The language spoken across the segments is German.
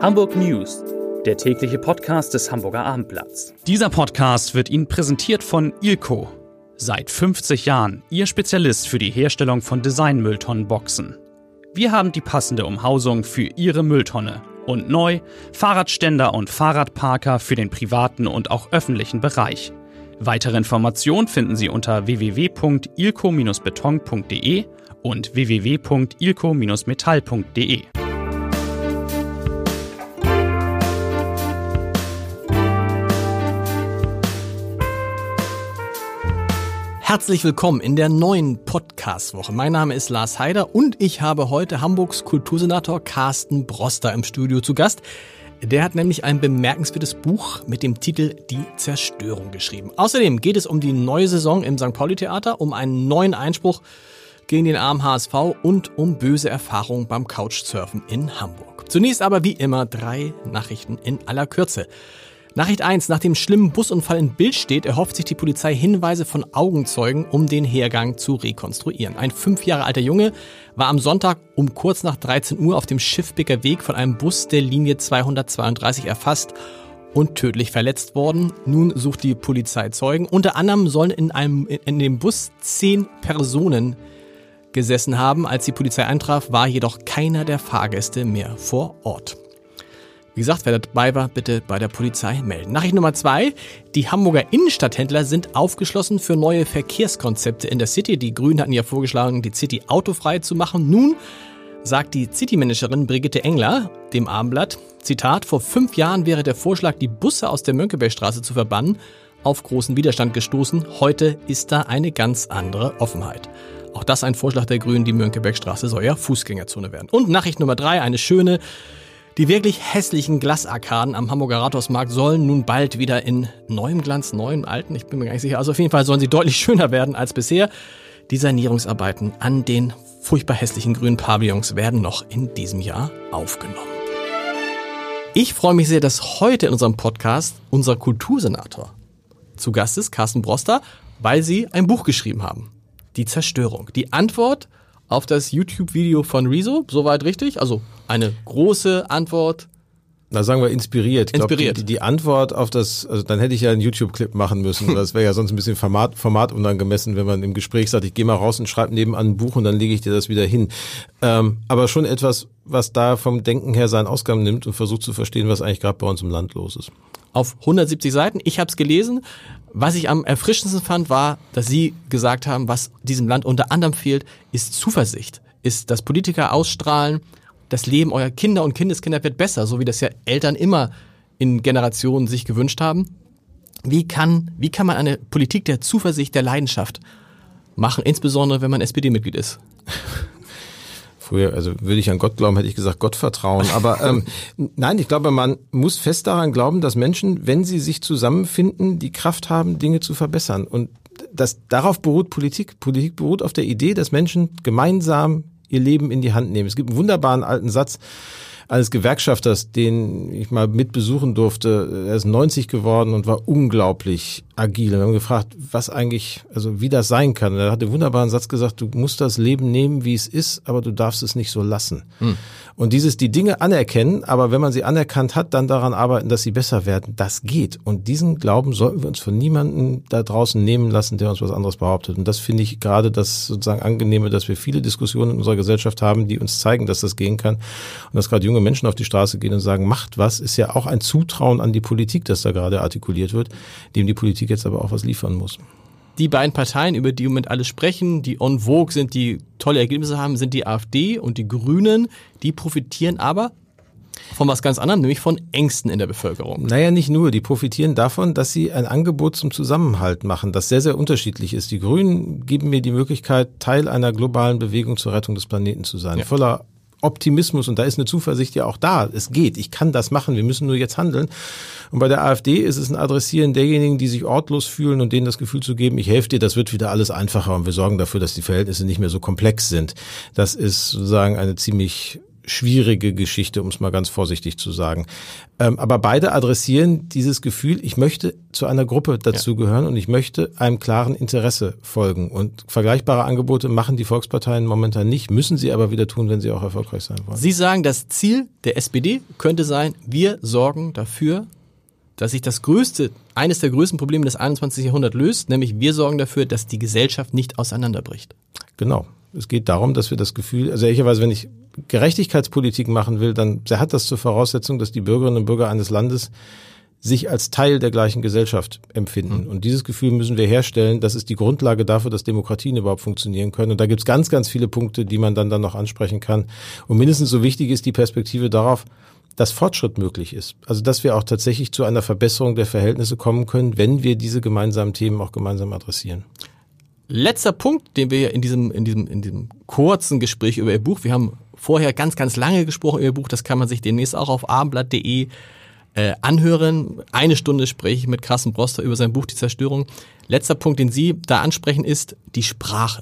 Hamburg News, der tägliche Podcast des Hamburger Abendblatts. Dieser Podcast wird Ihnen präsentiert von Ilco. Seit 50 Jahren Ihr Spezialist für die Herstellung von Design-Mülltonnenboxen. Wir haben die passende Umhausung für Ihre Mülltonne. Und neu Fahrradständer und Fahrradparker für den privaten und auch öffentlichen Bereich. Weitere Informationen finden Sie unter www.ilco-beton.de und www.ilco-metall.de. Herzlich willkommen in der neuen Podcast-Woche. Mein Name ist Lars Heider und ich habe heute Hamburgs Kultursenator Carsten Broster im Studio zu Gast. Der hat nämlich ein bemerkenswertes Buch mit dem Titel Die Zerstörung geschrieben. Außerdem geht es um die neue Saison im St. Pauli-Theater, um einen neuen Einspruch gegen den armen HSV und um böse Erfahrungen beim Couchsurfen in Hamburg. Zunächst aber wie immer 3 Nachrichten in aller Kürze. Nachricht 1. Nach dem schlimmen Busunfall in Billstedt erhofft sich die Polizei Hinweise von Augenzeugen, um den Hergang zu rekonstruieren. Ein 5 Jahre alter Junge war am Sonntag um kurz nach 13 Uhr auf dem Schiffbecker Weg von einem Bus der Linie 232 erfasst und tödlich verletzt worden. Nun sucht die Polizei Zeugen. Unter anderem sollen in dem Bus 10 Personen gesessen haben. Als die Polizei eintraf, war jedoch keiner der Fahrgäste mehr vor Ort. Wie gesagt, wer dabei war, bitte bei der Polizei melden. Nachricht Nummer 2. Die Hamburger Innenstadthändler sind aufgeschlossen für neue Verkehrskonzepte in der City. Die Grünen hatten ja vorgeschlagen, die City autofrei zu machen. Nun sagt die City-Managerin Brigitte Engler dem Abendblatt, Zitat, vor 5 Jahren wäre der Vorschlag, die Busse aus der Mönckebergstraße zu verbannen, auf großen Widerstand gestoßen. Heute ist da eine ganz andere Offenheit. Auch das ein Vorschlag der Grünen, die Mönckebergstraße soll ja Fußgängerzone werden. Und Nachricht Nummer 3, eine schöne. Die wirklich hässlichen Glasarkaden am Hamburger Rathausmarkt sollen nun bald wieder in neuem Glanz, neuem alten, ich bin mir gar nicht sicher, also auf jeden Fall sollen sie deutlich schöner werden als bisher. Die Sanierungsarbeiten an den furchtbar hässlichen grünen Pavillons werden noch in diesem Jahr aufgenommen. Ich freue mich sehr, dass heute in unserem Podcast unser Kultursenator zu Gast ist, Carsten Broster, weil Sie ein Buch geschrieben haben. Die Zerstörung. Die Antwort auf das YouTube-Video von Rezo, soweit richtig? Also eine große Antwort. Na, sagen wir inspiriert. Ich glaube, die Antwort auf das, also dann hätte ich ja einen YouTube-Clip machen müssen. Das wäre ja sonst ein bisschen formatunangemessen, wenn man im Gespräch sagt, ich gehe mal raus und schreibe nebenan ein Buch und dann lege ich dir das wieder hin. Aber schon etwas, was da vom Denken her seinen Ausgang nimmt und versucht zu verstehen, was eigentlich gerade bei uns im Land los ist. Auf 170 Seiten. Ich habe es gelesen. Was ich am erfrischendsten fand, war, dass Sie gesagt haben, was diesem Land unter anderem fehlt, ist Zuversicht. Ist, dass Politiker ausstrahlen, das Leben eurer Kinder und Kindeskinder wird besser, so wie das ja Eltern immer in Generationen sich gewünscht haben. Wie kann man eine Politik der Zuversicht, der Leidenschaft machen, insbesondere wenn man SPD-Mitglied ist? Früher, also würde ich an Gott glauben, hätte ich gesagt Gottvertrauen. Aber nein, ich glaube, man muss fest daran glauben, dass Menschen, wenn sie sich zusammenfinden, die Kraft haben, Dinge zu verbessern. Und darauf beruht Politik. Politik beruht auf der Idee, dass Menschen gemeinsam ihr Leben in die Hand nehmen. Es gibt einen wunderbaren alten Satz eines Gewerkschafters, den ich mal mit besuchen durfte. Er ist 90 geworden und war unglaublich agil. Wir haben gefragt, was eigentlich, also wie das sein kann. Und er hat den wunderbaren Satz gesagt, du musst das Leben nehmen, wie es ist, aber du darfst es nicht so lassen. Und die Dinge anerkennen, aber wenn man sie anerkannt hat, dann daran arbeiten, dass sie besser werden, das geht. Und diesen Glauben sollten wir uns von niemandem da draußen nehmen lassen, der uns was anderes behauptet. Und das finde ich gerade das sozusagen Angenehme, dass wir viele Diskussionen in unserer Gesellschaft haben, die uns zeigen, dass das gehen kann. Und dass gerade junge Menschen auf die Straße gehen und sagen, macht was, ist ja auch ein Zutrauen an die Politik, das da gerade artikuliert wird, dem die Politik jetzt aber auch was liefern muss. Die beiden Parteien, über die im Moment alle sprechen, die en vogue sind, die tolle Ergebnisse haben, sind die AfD und die Grünen. Die profitieren aber von was ganz anderem, nämlich von Ängsten in der Bevölkerung. Naja, nicht nur. Die profitieren davon, dass sie ein Angebot zum Zusammenhalt machen, das sehr, sehr unterschiedlich ist. Die Grünen geben mir die Möglichkeit, Teil einer globalen Bewegung zur Rettung des Planeten zu sein. Ja. Voller Optimismus, und da ist eine Zuversicht ja auch da. Es geht, ich kann das machen, wir müssen nur jetzt handeln. Und bei der AfD ist es ein Adressieren derjenigen, die sich ortlos fühlen und denen das Gefühl zu geben, ich helfe dir, das wird wieder alles einfacher und wir sorgen dafür, dass die Verhältnisse nicht mehr so komplex sind. Das ist sozusagen eine ziemlich schwierige Geschichte, um es mal ganz vorsichtig zu sagen. Aber beide adressieren dieses Gefühl, ich möchte zu einer Gruppe dazugehören und ich möchte einem klaren Interesse folgen. Und vergleichbare Angebote machen die Volksparteien momentan nicht, müssen sie aber wieder tun, wenn sie auch erfolgreich sein wollen. Sie sagen, das Ziel der SPD könnte sein, wir sorgen dafür, dass sich eines der größten Probleme des 21. Jahrhunderts löst, nämlich wir sorgen dafür, dass die Gesellschaft nicht auseinanderbricht. Genau. Es geht darum, dass wir das Gefühl, also ehrlicherweise, wenn ich Gerechtigkeitspolitik machen will, dann hat das zur Voraussetzung, dass die Bürgerinnen und Bürger eines Landes sich als Teil der gleichen Gesellschaft empfinden. Und dieses Gefühl müssen wir herstellen. Das ist die Grundlage dafür, dass Demokratien überhaupt funktionieren können. Und da gibt es ganz, ganz viele Punkte, die man dann noch ansprechen kann. Und mindestens so wichtig ist die Perspektive darauf, dass Fortschritt möglich ist. Also dass wir auch tatsächlich zu einer Verbesserung der Verhältnisse kommen können, wenn wir diese gemeinsamen Themen auch gemeinsam adressieren. Letzter Punkt, den wir in diesem kurzen Gespräch über Ihr Buch, wir haben vorher ganz, ganz lange gesprochen über Ihr Buch, das kann man sich demnächst auch auf abendblatt.de anhören. 1 Stunde spreche ich mit Carsten Broster über sein Buch Die Zerstörung. Letzter Punkt, den Sie da ansprechen, ist die Sprache.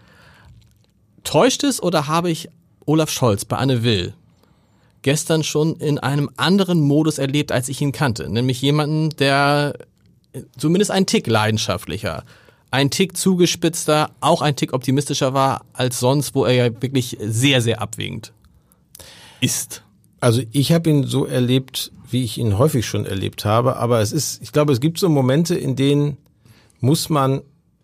Täuscht es oder habe ich Olaf Scholz bei Anne Will gestern schon in einem anderen Modus erlebt, als ich ihn kannte? Nämlich jemanden, der zumindest einen Tick leidenschaftlicher, ein Tick zugespitzter, auch ein Tick optimistischer war als sonst, wo er ja wirklich sehr, sehr abwägend ist. Also ich habe ihn so erlebt, wie ich ihn häufig schon erlebt habe, aber ich glaube, es gibt so Momente, in denen muss man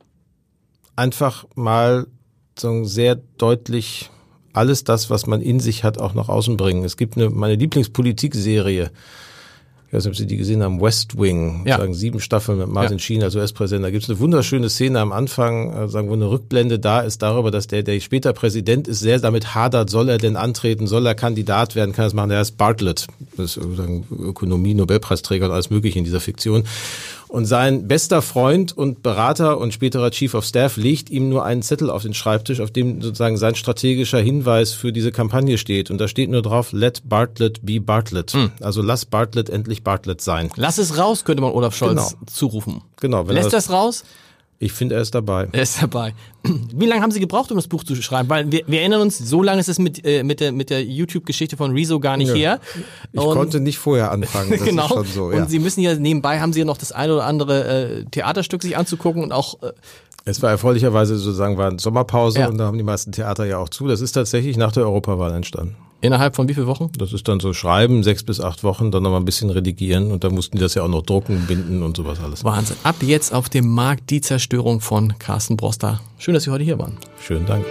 einfach mal so sehr deutlich alles das, was man in sich hat, auch nach außen bringen. Es gibt meine Lieblingspolitik-Serie, ich weiß nicht, ob Sie die gesehen haben, West Wing, 7 Staffeln mit Martin Sheen als US-Präsident. Da gibt es eine wunderschöne Szene am Anfang, wo eine Rückblende da ist darüber, dass der später Präsident ist, sehr damit hadert, soll er denn antreten, soll er Kandidat werden, kann er das machen. Der heißt Bartlett, das ist Ökonomie-Nobelpreisträger und alles mögliche in dieser Fiktion. Und sein bester Freund und Berater und späterer Chief of Staff legt ihm nur einen Zettel auf den Schreibtisch, auf dem sozusagen sein strategischer Hinweis für diese Kampagne steht. Und da steht nur drauf, let Bartlett be Bartlett. Also lass Bartlett endlich Bartlett sein. Lass es raus, könnte man Olaf Scholz zurufen. Genau. Lässt das raus? Ich finde, er ist dabei. Er ist dabei. Wie lange haben Sie gebraucht, um das Buch zu schreiben? Weil wir erinnern uns, so lange ist es mit der YouTube-Geschichte von Rezo gar nicht her. Ich konnte nicht vorher anfangen. Das genau. Ist schon so, Und Sie müssen ja nebenbei, haben Sie ja noch das eine oder andere Theaterstück sich anzugucken und auch... Es war erfreulicherweise sozusagen eine Sommerpause und da haben die meisten Theater ja auch zu. Das ist tatsächlich nach der Europawahl entstanden. Innerhalb von wie vielen Wochen? Das ist dann so Schreiben, 6 bis 8 Wochen, dann nochmal ein bisschen redigieren und dann mussten die das ja auch noch drucken, binden und sowas alles. Wahnsinn. Ab jetzt auf dem Markt Die Zerstörung von Carsten Broster. Schön, dass Sie heute hier waren. Schönen Dank.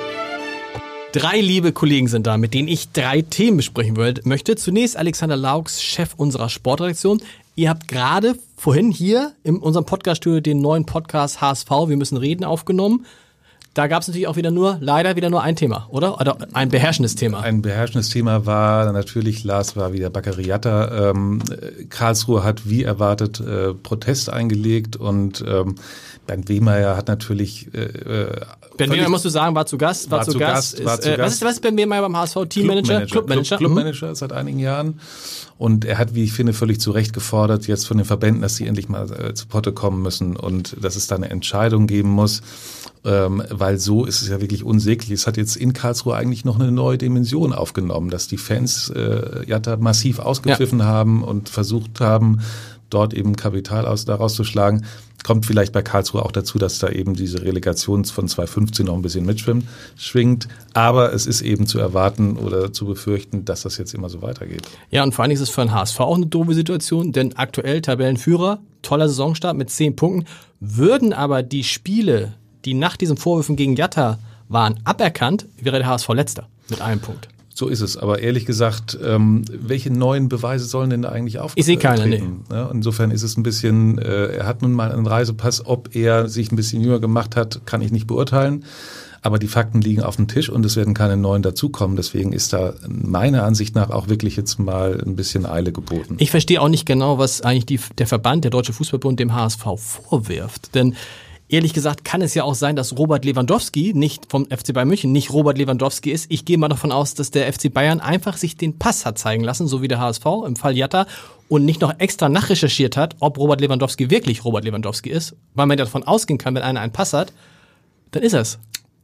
3 liebe Kollegen sind da, mit denen ich 3 Themen besprechen möchte. Zunächst Alexander Laux, Chef unserer Sportredaktion. Ihr habt gerade vorhin hier in unserem Podcast-Studio den neuen Podcast HSV, wir müssen reden, aufgenommen. Da gab es natürlich auch leider wieder nur ein Thema, oder? Oder ein beherrschendes Thema. Ein beherrschendes Thema war natürlich, Lars war wieder Baccariata. Karlsruhe hat wie erwartet Protest eingelegt und Bernd Wehmeier hat natürlich... Bernd Wehmeier, musst du sagen, war zu Gast. Was ist Bernd Wehmeier beim HSV? Teammanager? Clubmanager seit einigen Jahren. Und er hat, wie ich finde, völlig zu Recht gefordert, jetzt von den Verbänden, dass sie endlich mal zu Potte kommen müssen und dass es da eine Entscheidung geben muss, weil so ist es ja wirklich unsäglich. Es hat jetzt in Karlsruhe eigentlich noch eine neue Dimension aufgenommen, dass die Fans da massiv ausgepfiffen haben und versucht haben, dort eben Kapital daraus zu schlagen. Kommt vielleicht bei Karlsruhe auch dazu, dass da eben diese Relegation von 2015 noch ein bisschen mitschwingt. Aber es ist eben zu erwarten oder zu befürchten, dass das jetzt immer so weitergeht. Ja, und vor allen Dingen ist es für den HSV auch eine doofe Situation, denn aktuell Tabellenführer, toller Saisonstart mit 10 Punkten. Würden aber die Spiele, die nach diesen Vorwürfen gegen Jatta waren, aberkannt, wäre der HSV letzter mit 1 Punkt. So ist es. Aber ehrlich gesagt, welche neuen Beweise sollen denn da eigentlich auftreten? Ich sehe keine, nee. Ja, insofern ist es ein bisschen, er hat nun mal einen Reisepass. Ob er sich ein bisschen jünger gemacht hat, kann ich nicht beurteilen. Aber die Fakten liegen auf dem Tisch und es werden keine neuen dazukommen. Deswegen ist da meiner Ansicht nach auch wirklich jetzt mal ein bisschen Eile geboten. Ich verstehe auch nicht genau, was eigentlich der Verband, der Deutsche Fußballbund, dem HSV vorwirft. Denn ehrlich gesagt kann es ja auch sein, dass Robert Lewandowski nicht vom FC Bayern München nicht Robert Lewandowski ist. Ich gehe mal davon aus, dass der FC Bayern einfach sich den Pass hat zeigen lassen, so wie der HSV im Fall Jatta, und nicht noch extra nachrecherchiert hat, ob Robert Lewandowski wirklich Robert Lewandowski ist, weil man davon ausgehen kann, wenn einer einen Pass hat, dann ist er es.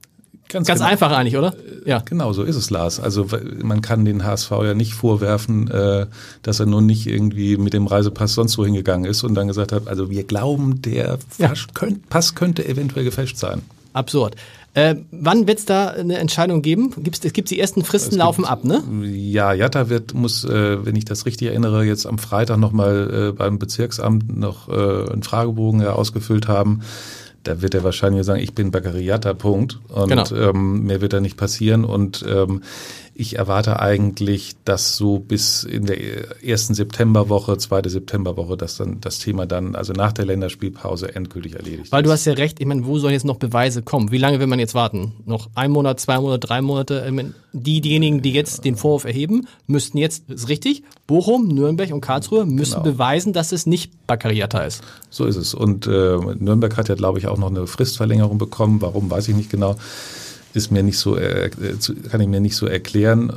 Ganz einfach eigentlich, oder? Ja. Genau, so ist es, Lars. Also man kann den HSV ja nicht vorwerfen, dass er nun nicht irgendwie mit dem Reisepass sonst so hingegangen ist und dann gesagt hat, also wir glauben, der Pass könnte eventuell gefälscht sein. Absurd. Wann wird es da eine Entscheidung geben? Es gibt die ersten Fristen laufen ab, ne? Ja, Jatta muss, wenn ich das richtig erinnere, jetzt am Freitag nochmal beim Bezirksamt noch einen Fragebogen ausgefüllt haben. Da wird er wahrscheinlich sagen, ich bin Bakary Jatta, Punkt. Und genau. Mehr wird da nicht passieren. Und ich erwarte eigentlich, dass so bis in der ersten Septemberwoche, zweite Septemberwoche, dass dann das Thema dann, also nach der Länderspielpause, endgültig erledigt ist. Weil du hast ja recht, ich meine, wo sollen jetzt noch Beweise kommen? Wie lange will man jetzt warten? Noch 1 Monat, 2 Monate, 3 Monate? Ich meine, diejenigen, die jetzt den Vorwurf erheben, müssten jetzt, ist richtig, Bochum, Nürnberg und Karlsruhe müssen beweisen, dass es nicht Bakary Jatta ist. So ist es. Und Nürnberg hat ja, glaube ich, auch noch eine Fristverlängerung bekommen. Warum, weiß ich nicht genau. Ist mir nicht so, kann ich mir nicht so erklären,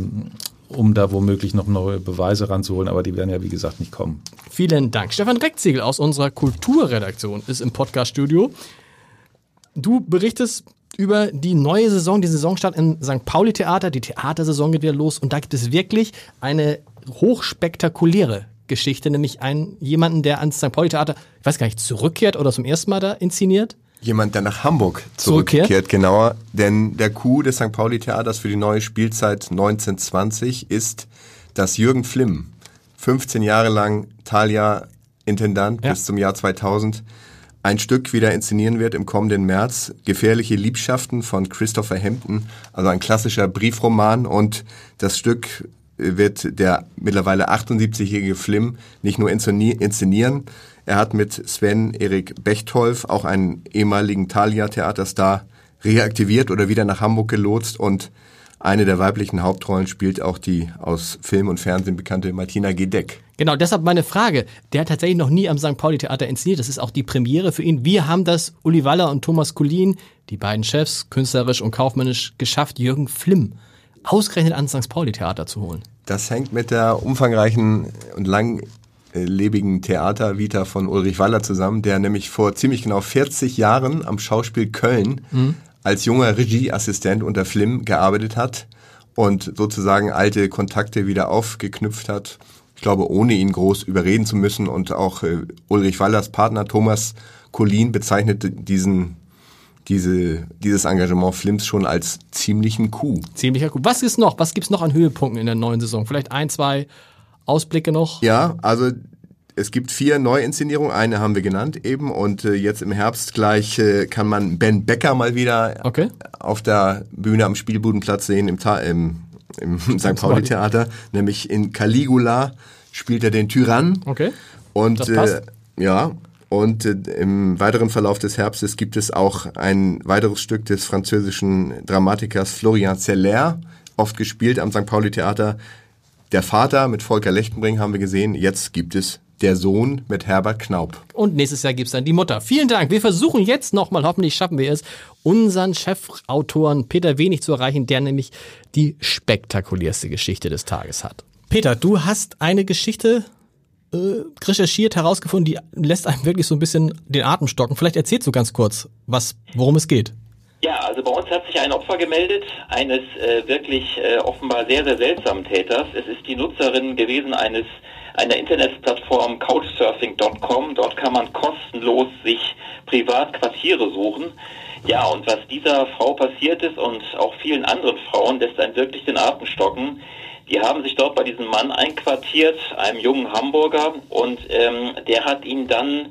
um da womöglich noch neue Beweise ranzuholen, aber die werden ja wie gesagt nicht kommen. Vielen Dank. Stefan Reckziegel aus unserer Kulturredaktion ist im Podcaststudio. Du berichtest über die neue Saison, die Saisonstart im St. Pauli Theater. Die Theatersaison geht wieder los und da gibt es wirklich eine hochspektakuläre Geschichte, nämlich jemanden, der ans St. Pauli Theater, ich weiß gar nicht, zurückkehrt oder zum ersten Mal da inszeniert. Jemand, der nach Hamburg zurückkehrt, genauer, denn der Coup des St. Pauli Theaters für die neue Spielzeit 1920 ist, dass Jürgen Flimm, 15 Jahre lang Thalia-Intendant bis zum Jahr 2000, ein Stück wieder inszenieren wird im kommenden März. Gefährliche Liebschaften von Christopher Hampton, also ein klassischer Briefroman, und das Stück wird der mittlerweile 78-jährige Flimm nicht nur inszenieren. Er hat mit Sven-Erik Bechtolf auch einen ehemaligen Thalia-Theaterstar reaktiviert oder wieder nach Hamburg gelotst, und eine der weiblichen Hauptrollen spielt auch die aus Film und Fernsehen bekannte Martina Gedeck. Genau, deshalb meine Frage. Der hat tatsächlich noch nie am St. Pauli Theater inszeniert. Das ist auch die Premiere für ihn. Wir haben das, Uli Waller und Thomas Kullin, die beiden Chefs, künstlerisch und kaufmännisch, geschafft, Jürgen Flimm ausgerechnet ans St. Pauli Theater zu holen. Das hängt mit der umfangreichen und langlebigen Theatervita von Ulrich Waller zusammen, der nämlich vor ziemlich genau 40 Jahren am Schauspiel Köln als junger Regieassistent unter Flimm gearbeitet hat und sozusagen alte Kontakte wieder aufgeknüpft hat. Ich glaube, ohne ihn groß überreden zu müssen. Und auch Ulrich Wallers Partner Thomas Kullin bezeichnete dieses Engagement Flimms schon als ziemlichen Coup. Ziemlicher Coup. Was gibt's noch an Höhepunkten in der neuen Saison? Vielleicht 1, 2 Ausblicke noch? Ja, also es gibt 4 Neuinszenierungen. Eine haben wir genannt eben. Und jetzt im Herbst gleich kann man Ben Becker mal wieder auf der Bühne am Spielbudenplatz sehen, im St. Pauli Theater. Nämlich in Caligula spielt er den Tyrann. Okay, und das passt. Und im weiteren Verlauf des Herbstes gibt es auch ein weiteres Stück des französischen Dramatikers Florian Zeller, oft gespielt am St. Pauli Theater. Der Vater mit Volker Lechtenbring haben wir gesehen. Jetzt gibt es Der Sohn mit Herbert Knaup. Und nächstes Jahr gibt's dann die Mutter. Vielen Dank. Wir versuchen jetzt nochmal, hoffentlich schaffen wir es, unseren Chefautoren Peter Wenig zu erreichen, der nämlich die spektakulärste Geschichte des Tages hat. Peter, du hast eine Geschichte recherchiert, herausgefunden, die lässt einem wirklich so ein bisschen den Atem stocken. Vielleicht erzählst du ganz kurz, worum es geht. Ja, also bei uns hat sich ein Opfer gemeldet, eines wirklich offenbar sehr, sehr seltsamen Täters. Es ist die Nutzerin gewesen einer Internetplattform couchsurfing.com. Dort kann man kostenlos sich privat Quartiere suchen. Ja, und was dieser Frau passiert ist und auch vielen anderen Frauen, lässt einen wirklich den Atem stocken. Die haben sich dort bei diesem Mann einquartiert, einem jungen Hamburger, und der hat ihnen dann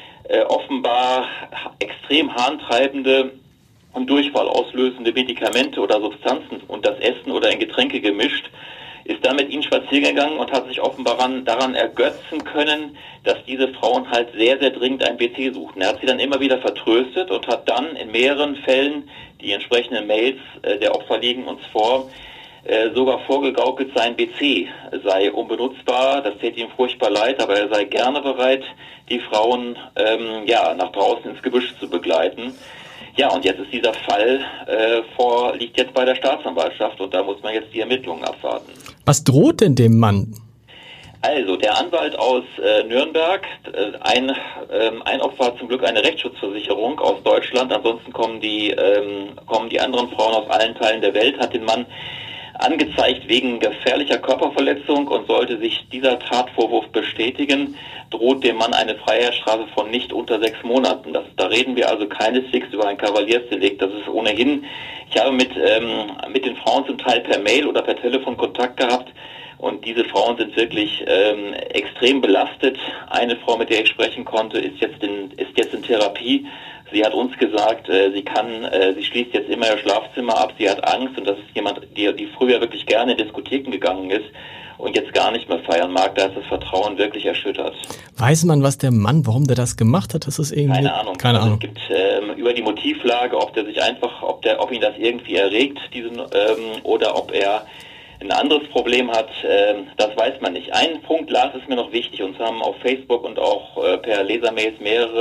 offenbar extrem harntreibende und Durchfall auslösende Medikamente oder Substanzen und das Essen oder in Getränke gemischt, ist dann mit ihnen spazieren gegangen und hat sich offenbar daran ergötzen können, dass diese Frauen halt sehr, sehr dringend ein WC suchten. Er hat sie dann immer wieder vertröstet und hat dann in mehreren Fällen, die entsprechenden Mails der Opfer liegen uns vor, sogar vorgegaukelt, sein WC sei unbenutzbar, das täte ihm furchtbar leid, aber er sei gerne bereit, die Frauen nach draußen ins Gebüsch zu begleiten. Ja, und jetzt ist dieser Fall liegt jetzt bei der Staatsanwaltschaft und da muss man jetzt die Ermittlungen abwarten. Was droht denn dem Mann? Also, der Anwalt aus Nürnberg, ein Opfer hat zum Glück eine Rechtsschutzversicherung aus Deutschland, ansonsten kommen die anderen Frauen aus allen Teilen der Welt, hat den Mann angezeigt wegen gefährlicher Körperverletzung, und sollte sich dieser Tatvorwurf bestätigen, droht dem Mann eine Freiheitsstrafe von nicht unter 6 Monaten. Da reden wir also keineswegs über ein Kavaliersdelikt. Das ist ohnehin, ich habe mit den Frauen zum Teil per Mail oder per Telefon Kontakt gehabt, und diese Frauen sind wirklich extrem belastet. Eine Frau, mit der ich sprechen konnte, ist jetzt in Therapie. Sie hat uns gesagt, sie schließt jetzt immer ihr Schlafzimmer ab, sie hat Angst, und das ist jemand, die früher wirklich gerne in Diskotheken gegangen ist und jetzt gar nicht mehr feiern mag. Da ist das Vertrauen wirklich erschüttert. Weiß man, was der Mann, warum der das gemacht hat? Das ist irgendwie Keine Ahnung. Es gibt über die Motivlage, ob ihn das irgendwie erregt, oder ob er ein anderes Problem hat, das weiß man nicht. Ein Punkt, Lars, ist mir noch wichtig. Uns haben auf Facebook und auch per Lesermails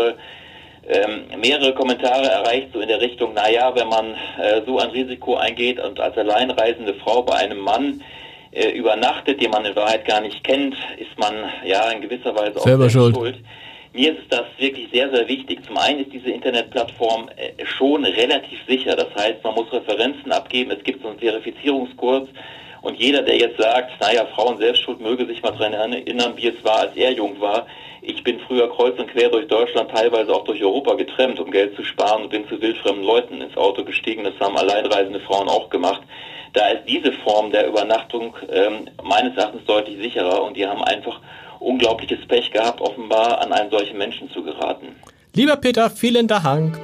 mehrere Kommentare erreicht, so in der Richtung, wenn man so ein Risiko eingeht und als alleinreisende Frau bei einem Mann übernachtet, den man in Wahrheit gar nicht kennt, ist man in gewisser Weise auch selber schuld. Mir ist das wirklich sehr, sehr wichtig. Zum einen ist diese Internetplattform schon relativ sicher. Das heißt, man muss Referenzen abgeben, es gibt so einen Verifizierungskurs. Und jeder, der jetzt sagt, Frauen Selbstschuld, möge sich mal daran erinnern, wie es war, als er jung war. Ich bin früher kreuz und quer durch Deutschland, teilweise auch durch Europa getrennt, um Geld zu sparen, und bin zu wildfremden Leuten ins Auto gestiegen. Das haben alleinreisende Frauen auch gemacht. Da ist diese Form der Übernachtung meines Erachtens deutlich sicherer, und die haben einfach unglaubliches Pech gehabt, offenbar an einen solchen Menschen zu geraten. Lieber Peter, vielen Dank.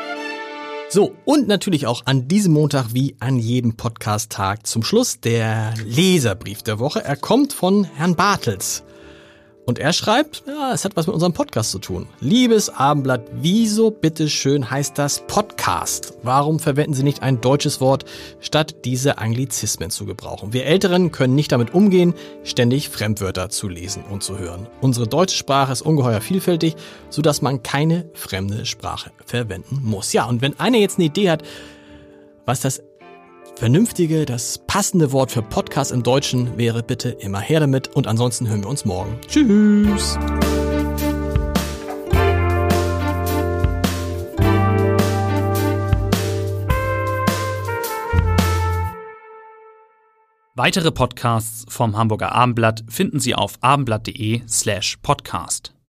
So, und natürlich auch an diesem Montag wie an jedem Podcast-Tag zum Schluss der Leserbrief der Woche. Er kommt von Herrn Bartels. Und er schreibt, es hat was mit unserem Podcast zu tun. Liebes Abendblatt, wieso bitteschön heißt das Podcast? Warum verwenden Sie nicht ein deutsches Wort, statt diese Anglizismen zu gebrauchen? Wir Älteren können nicht damit umgehen, ständig Fremdwörter zu lesen und zu hören. Unsere deutsche Sprache ist ungeheuer vielfältig, sodass man keine fremde Sprache verwenden muss. Ja, und wenn einer jetzt eine Idee hat, was das passende Wort für Podcast im Deutschen wäre, bitte immer her damit. Und ansonsten hören wir uns morgen. Tschüss! Weitere Podcasts vom Hamburger Abendblatt finden Sie auf abendblatt.de/podcast.